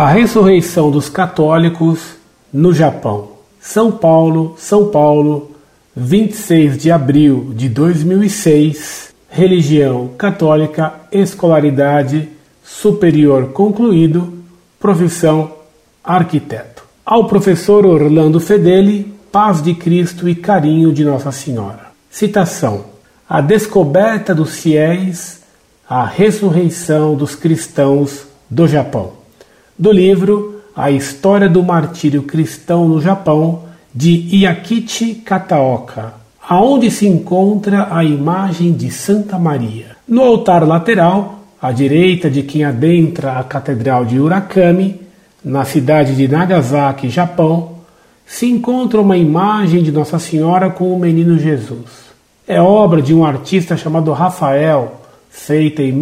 A ressurreição dos católicos no Japão. São Paulo, 26 de abril de 2006. Religião católica, escolaridade superior concluído, profissão arquiteto. Ao professor Orlando Fedeli, paz de Cristo e carinho de Nossa Senhora. Citação: a descoberta dos fiéis, a ressurreição dos cristãos do Japão. Do livro A História do Martírio Cristão no Japão, de Iakichi Kataoka, aonde se encontra a imagem de Santa Maria. No altar lateral, à direita de quem adentra a Catedral de Urakami, na cidade de Nagasaki, Japão, se encontra uma imagem de Nossa Senhora com o menino Jesus. É obra de um artista chamado Rafael, feita em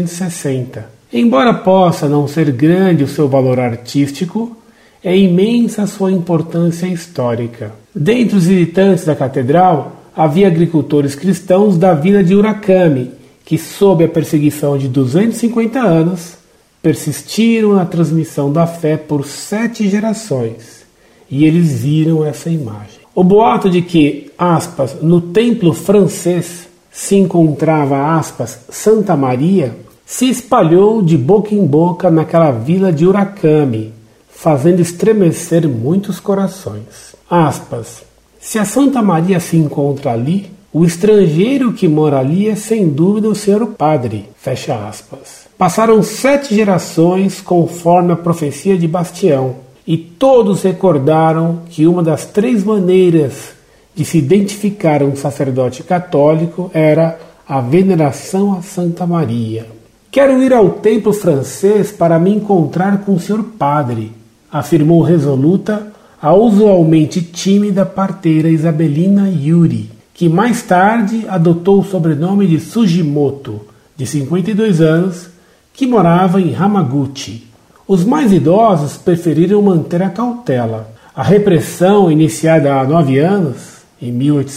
1860. Embora possa não ser grande o seu valor artístico, é imensa a sua importância histórica. Dentre os visitantes da catedral, havia agricultores cristãos da vila de Urakami, que, sob a perseguição de 250 anos, persistiram na transmissão da fé por 7 gerações, e eles viram essa imagem. O boato de que, aspas, no templo francês se encontrava, aspas, Santa Maria, se espalhou de boca em boca naquela vila de Urakami, fazendo estremecer muitos corações. Aspas, se a Santa Maria se encontra ali, o estrangeiro que mora ali é sem dúvida o senhor padre. Fecha aspas. Passaram 7 gerações conforme a profecia de Bastião, e todos recordaram que uma das 3 maneiras de se identificar um sacerdote católico era a veneração a Santa Maria. Quero ir ao templo francês para me encontrar com o senhor padre, afirmou resoluta a usualmente tímida parteira Isabelina Yuri, que mais tarde adotou o sobrenome de Sugimoto, de 52 anos, que morava em Hamaguchi. Os mais idosos preferiram manter a cautela. A repressão, iniciada há 9 anos, em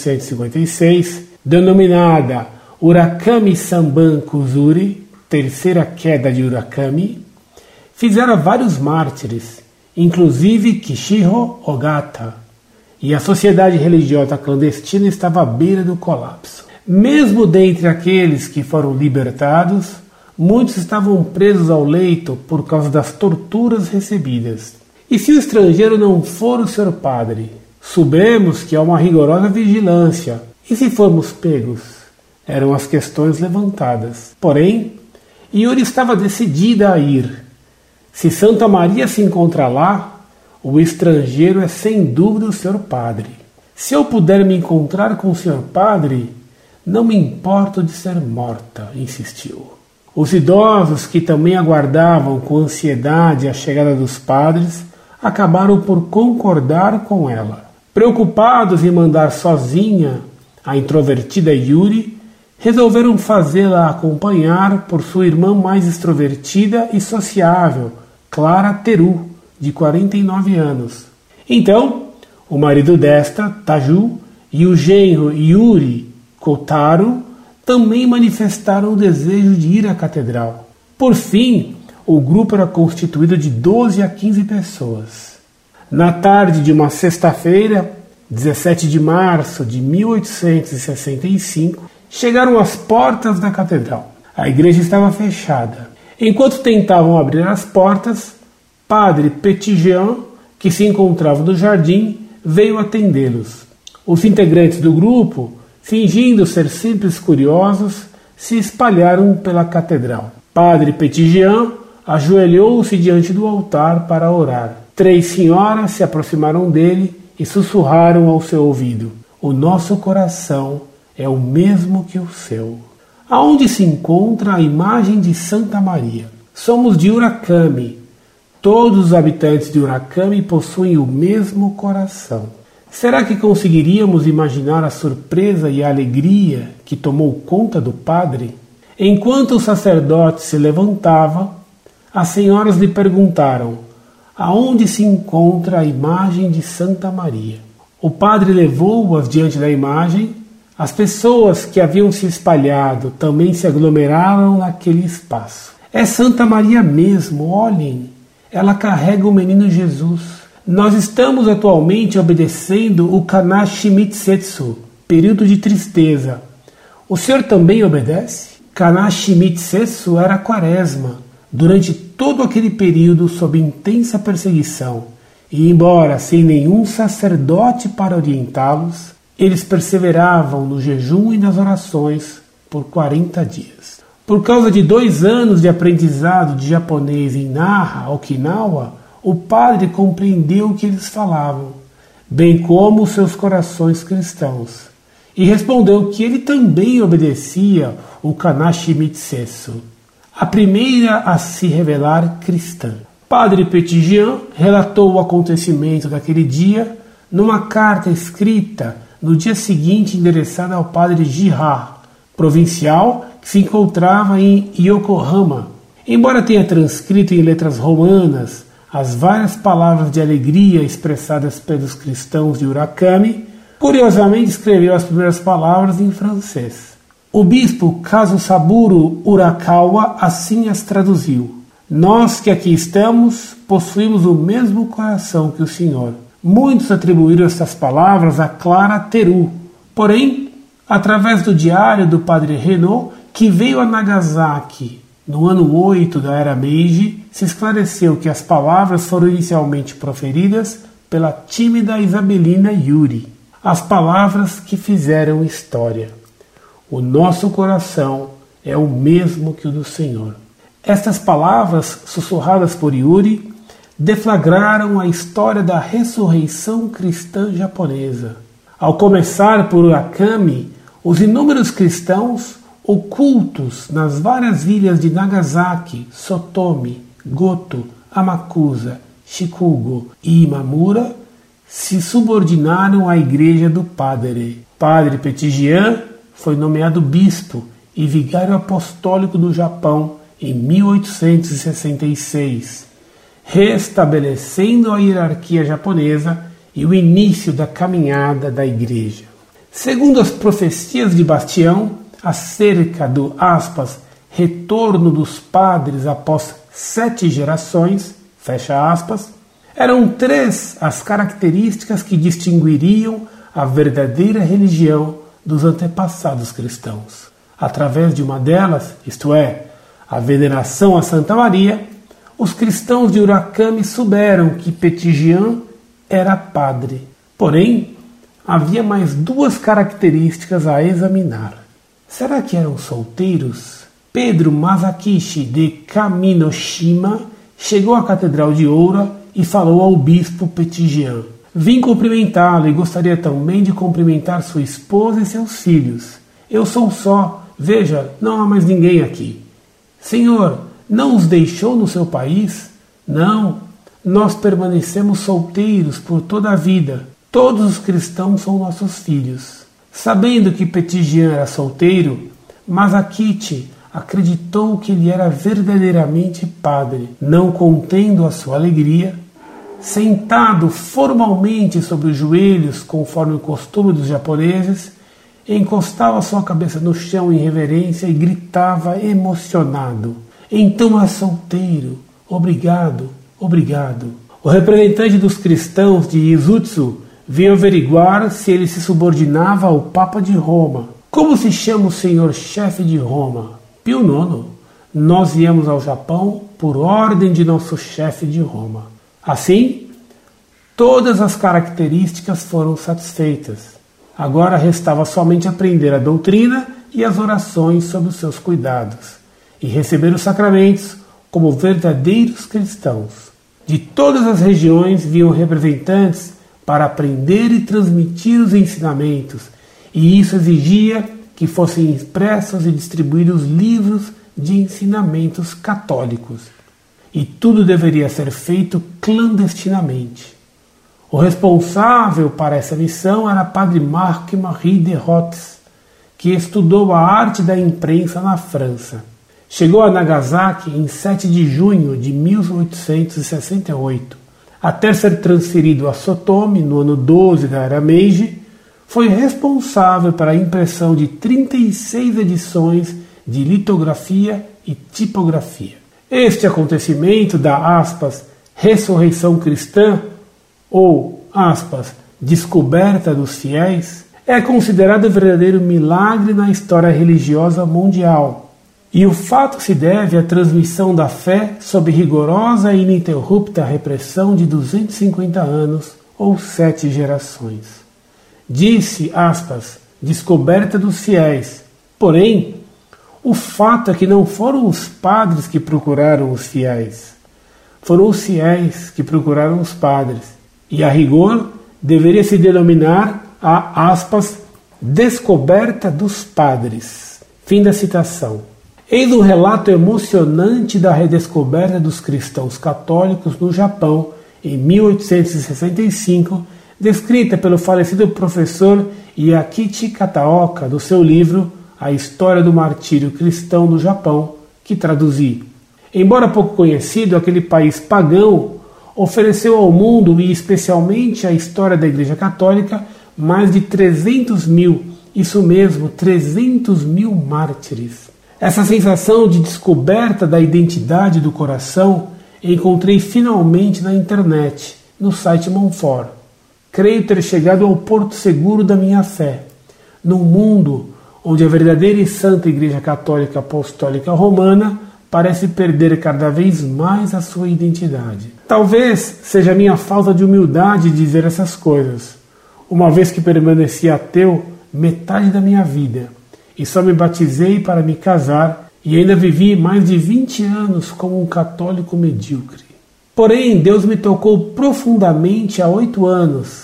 1856, denominada Urakami Sanban Kuzuri, terceira queda de Urakami, fizera vários mártires, inclusive Kishiro Ogata, e a sociedade religiosa clandestina estava à beira do colapso. Mesmo dentre aqueles que foram libertados, muitos estavam presos ao leito por causa das torturas recebidas. E se o estrangeiro não for o senhor padre? Soubemos que há uma rigorosa vigilância. E se formos pegos? Eram as questões levantadas. Porém, Yuri estava decidida a ir. Se Santa Maria se encontra lá, o estrangeiro é sem dúvida o senhor padre. Se eu puder me encontrar com o senhor padre, não me importo de ser morta, insistiu. Os idosos, que também aguardavam com ansiedade a chegada dos padres, acabaram por concordar com ela. Preocupados em mandar sozinha a introvertida Yuri, resolveram fazê-la acompanhar por sua irmã mais extrovertida e sociável, Clara Teru, de 49 anos. Então, o marido desta, Taju, e o genro Yuri Kotaro também manifestaram o desejo de ir à catedral. Por fim, o grupo era constituído de 12 a 15 pessoas. Na tarde de uma sexta-feira, 17 de março de 1865, chegaram às portas da catedral. A igreja estava fechada. Enquanto tentavam abrir as portas, Padre Petitjean, que se encontrava no jardim, veio atendê-los. Os integrantes do grupo, fingindo ser simples curiosos, se espalharam pela catedral. Padre Petitjean ajoelhou-se diante do altar para orar. 3 senhoras se aproximaram dele e sussurraram ao seu ouvido: o nosso coração é o mesmo que o seu. Aonde se encontra a imagem de Santa Maria? Somos de Urakami. Todos os habitantes de Urakami possuem o mesmo coração. Será que conseguiríamos imaginar a surpresa e a alegria que tomou conta do padre? Enquanto o sacerdote se levantava, as senhoras lhe perguntaram: aonde se encontra a imagem de Santa Maria? O padre levou-as diante da imagem. As pessoas que haviam se espalhado também se aglomeraram naquele espaço. É Santa Maria mesmo, olhem! ela carrega o menino Jesus. Nós estamos atualmente obedecendo o Kanashi Mitsetsu, período de tristeza. O senhor também obedece? Kanashi Mitsetsu era a quaresma, durante todo aquele período sob intensa perseguição, e embora sem nenhum sacerdote para orientá-los, eles perseveravam no jejum e nas orações por 40 dias. Por causa de 2 anos de aprendizado de japonês em Naha, Okinawa, o padre compreendeu o que eles falavam, bem como os seus corações cristãos, e respondeu que ele também obedecia o Kanashi Mitsetsu, a primeira a se revelar cristã. Padre Petitjean relatou o acontecimento daquele dia numa carta escrita no dia seguinte endereçada ao padre Jihá, provincial que se encontrava em Yokohama. Embora tenha transcrito em letras romanas as várias palavras de alegria expressadas pelos cristãos de Urakami, curiosamente escreveu as primeiras palavras em francês. O bispo Kazusaburo Urakawa assim as traduziu: nós que aqui estamos possuímos o mesmo coração que o Senhor. Muitos atribuíram estas palavras a Clara Teru, porém, através do diário do padre Renaud, que veio a Nagasaki no ano 8 da era Meiji, se esclareceu que as palavras foram inicialmente proferidas pela tímida Isabelina Yuri, as palavras que fizeram história. O nosso coração é o mesmo que o do Senhor. Estas palavras, sussurradas por Yuri, deflagraram a história da ressurreição cristã japonesa. Ao começar por Urakami, os inúmeros cristãos ocultos nas várias ilhas de Nagasaki, Sotomi, Goto, Amakusa, Shikugo e Imamura se subordinaram à igreja do Padre. Padre Petitjean foi nomeado bispo e vigário apostólico do Japão em 1866, restabelecendo a hierarquia japonesa e o início da caminhada da igreja. Segundo as profecias de Bastião, acerca do, aspas, retorno dos padres após 7 gerações, fecha aspas, eram 3 as características que distinguiriam a verdadeira religião dos antepassados cristãos. Através de uma delas, isto é, a veneração a Santa Maria, os cristãos de Urakami souberam que Petitjean era padre. Porém, havia mais 2 características a examinar. Será que eram solteiros? Pedro Masakishi de Kaminoshima chegou à Catedral de Oura e falou ao bispo Petitjean: vim cumprimentá-lo e gostaria também de cumprimentar sua esposa e seus filhos. Eu sou só, veja, não há mais ninguém aqui. Senhor, não os deixou no seu país? Não, nós permanecemos solteiros por toda a vida. Todos os cristãos são nossos filhos. Sabendo que Petitjean era solteiro, Masakichi acreditou que ele era verdadeiramente padre. Não contendo a sua alegria, sentado formalmente sobre os joelhos, conforme o costume dos japoneses, encostava sua cabeça no chão em reverência e gritava emocionado: então é solteiro, obrigado, obrigado. O representante dos cristãos de Izutsu veio averiguar se ele se subordinava ao Papa de Roma. Como se chama o senhor chefe de Roma? Pio IX. Nós viemos ao Japão por ordem de nosso chefe de Roma. Assim, todas as características foram satisfeitas. Agora restava somente aprender a doutrina e as orações sob os seus cuidados, e receber os sacramentos como verdadeiros cristãos. De todas as regiões vinham representantes para aprender e transmitir os ensinamentos, e isso exigia que fossem impressos e distribuídos livros de ensinamentos católicos. E tudo deveria ser feito clandestinamente. O responsável para essa missão era Padre Marc-Marie de Rothes, que estudou a arte da imprensa na França. Chegou a Nagasaki em 7 de junho de 1868. Até ser transferido a Sotomi no ano 12 da era Meiji, foi responsável pela impressão de 36 edições de litografia e tipografia. Este acontecimento dá, aspas, ressurreição cristã, ou, aspas, descoberta dos fiéis, é considerado o verdadeiro milagre na história religiosa mundial. E o fato se deve à transmissão da fé sob rigorosa e ininterrupta repressão de 250 anos ou 7 gerações. Disse, aspas, descoberta dos fiéis. Porém, o fato é que não foram os padres que procuraram os fiéis. Foram os fiéis que procuraram os padres. E, a rigor, deveria se denominar a, aspas, descoberta dos padres. Fim da citação. Eis um relato emocionante da redescoberta dos cristãos católicos no Japão, em 1865, descrita pelo falecido professor Yakichi Kataoka no seu livro A História do Martírio Cristão no Japão, que traduzi. Embora pouco conhecido, aquele país pagão ofereceu ao mundo, e especialmente à história da Igreja Católica, mais de 300 mil, isso mesmo, 300 mil mártires. Essa sensação de descoberta da identidade do coração encontrei finalmente na internet, no site Monfort. Creio ter chegado ao porto seguro da minha fé, num mundo onde a verdadeira e santa Igreja Católica Apostólica Romana parece perder cada vez mais a sua identidade. Talvez seja a minha falta de humildade dizer essas coisas, uma vez que permaneci ateu metade da minha vida, e só me batizei para me casar e ainda vivi mais de 20 anos como um católico medíocre. Porém, Deus me tocou profundamente há 8 anos,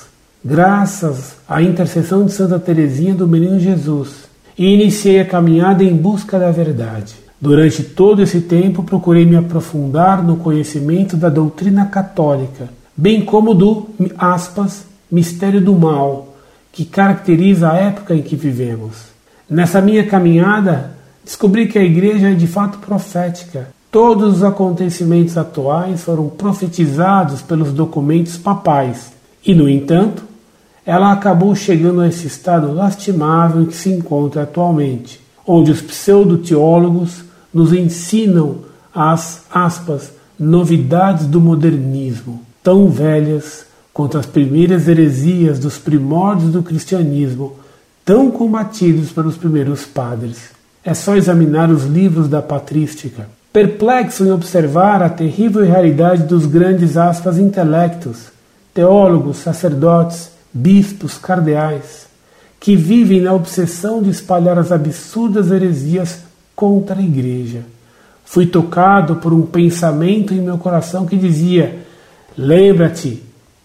graças à intercessão de Santa Teresinha do Menino Jesus, e iniciei a caminhada em busca da verdade. Durante todo esse tempo procurei me aprofundar no conhecimento da doutrina católica, bem como do, aspas, mistério do mal, que caracteriza a época em que vivemos. Nessa minha caminhada, descobri que a Igreja é de fato profética. Todos os acontecimentos atuais foram profetizados pelos documentos papais. E, no entanto, ela acabou chegando a esse estado lastimável em que se encontra atualmente, onde os pseudo-teólogos nos ensinam as, aspas, novidades do modernismo, tão velhas quanto as primeiras heresias dos primórdios do cristianismo, tão combatidos pelos primeiros padres. É só examinar os livros da patrística. Perplexo em observar a terrível realidade dos grandes, aspas, intelectos, teólogos, sacerdotes, bispos, cardeais, que vivem na obsessão de espalhar as absurdas heresias contra a Igreja. Fui tocado por um pensamento em meu coração que dizia: lembra-te,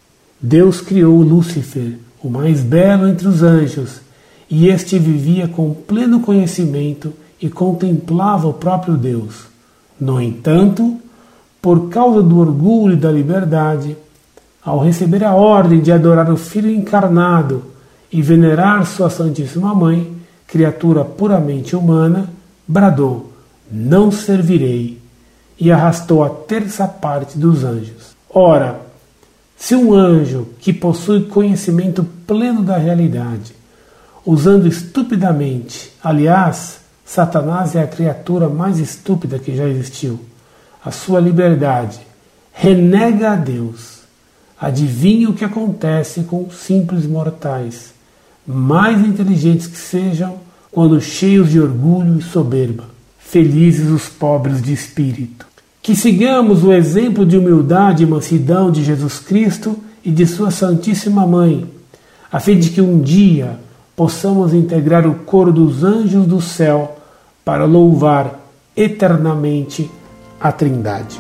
Deus criou Lúcifer, o mais belo entre os anjos, e este vivia com pleno conhecimento e contemplava o próprio Deus. No entanto, por causa do orgulho e da liberdade, ao receber a ordem de adorar o Filho encarnado e venerar sua Santíssima Mãe, criatura puramente humana, bradou: não servirei, e arrastou a terça parte dos anjos. Ora, se um anjo que possui conhecimento pleno da realidade, usando estupidamente, aliás, Satanás é a criatura mais estúpida que já existiu, a sua liberdade, renega a Deus, adivinhe o que acontece com simples mortais, mais inteligentes que sejam, quando cheios de orgulho e soberba. Felizes os pobres de espírito. Que sigamos o exemplo de humildade e mansidão de Jesus Cristo e de sua Santíssima Mãe, a fim de que um dia possamos integrar o coro dos anjos do céu para louvar eternamente a Trindade.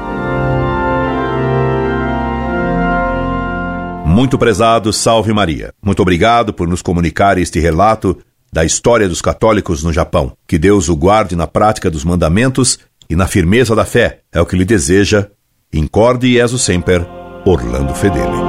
Muito prezado, salve Maria. Muito obrigado por nos comunicar este relato da história dos católicos no Japão. Que Deus o guarde na prática dos mandamentos e na firmeza da fé. É o que lhe deseja, incorde Jesus Semper, Orlando Fedeli.